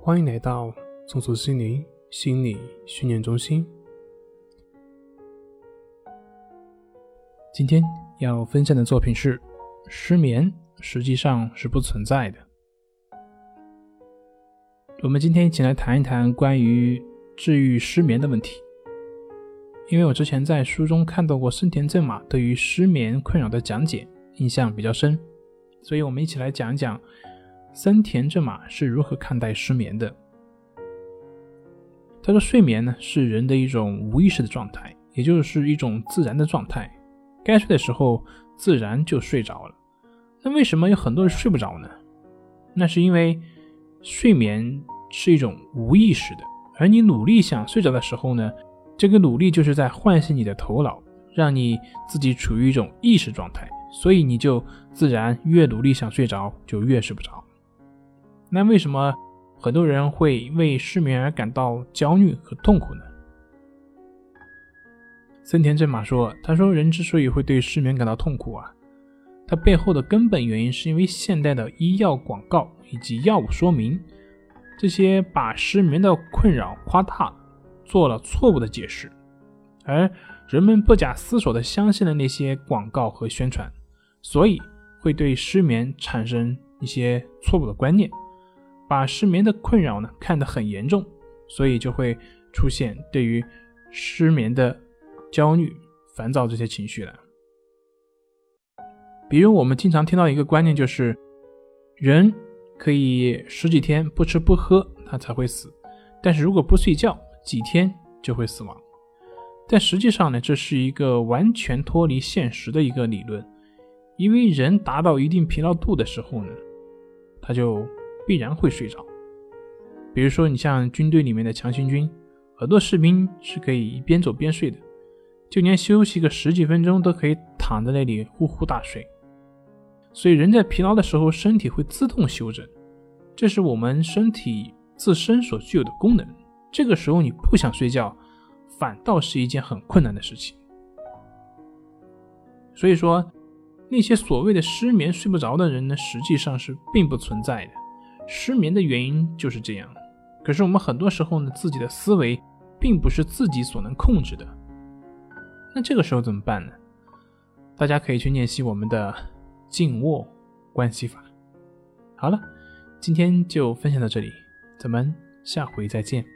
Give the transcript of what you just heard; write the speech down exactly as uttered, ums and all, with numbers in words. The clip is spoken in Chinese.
欢迎来到松鼠心灵心理训练中心。今天要分享的作品是失眠实际上是不存在的。我们今天一起来谈一谈关于治愈失眠的问题。因为我之前在书中看到过森田正马对于失眠困扰的讲解，印象比较深，所以我们一起来讲一讲森田正马是如何看待失眠的。他说睡眠呢是人的一种无意识的状态，也就是一种自然的状态，该睡的时候自然就睡着了。那为什么有很多人睡不着呢？那是因为睡眠是一种无意识的，而你努力想睡着的时候呢，这个努力就是在唤醒你的头脑，让你自己处于一种意识状态，所以你就自然越努力想睡着就越睡不着。那为什么很多人会为失眠而感到焦虑和痛苦呢？森田正马说，他说人之所以会对失眠感到痛苦啊，它背后的根本原因是因为现代的医药广告以及药物说明，这些把失眠的困扰夸大，做了错误的解释，而人们不假思索地相信了那些广告和宣传，所以会对失眠产生一些错误的观念，把失眠的困扰呢看得很严重，所以就会出现对于失眠的焦虑、烦躁这些情绪了。比如我们经常听到一个观念，就是人可以十几天不吃不喝他才会死，但是如果不睡觉几天就会死亡。但实际上呢，这是一个完全脱离现实的一个理论，因为人达到一定疲劳度的时候呢，他就必然会睡着。比如说你像军队里面的强行军，很多士兵是可以一边走边睡的，就连休息个十几分钟都可以躺在那里呼呼大睡。所以人在疲劳的时候身体会自动休整，这是我们身体自身所具有的功能，这个时候你不想睡觉反倒是一件很困难的事情。所以说那些所谓的失眠睡不着的人呢，实际上是并不存在的。失眠的原因就是这样，可是我们很多时候呢，自己的思维并不是自己所能控制的。那这个时候怎么办呢？大家可以去练习我们的静卧关系法。好了，今天就分享到这里，咱们下回再见。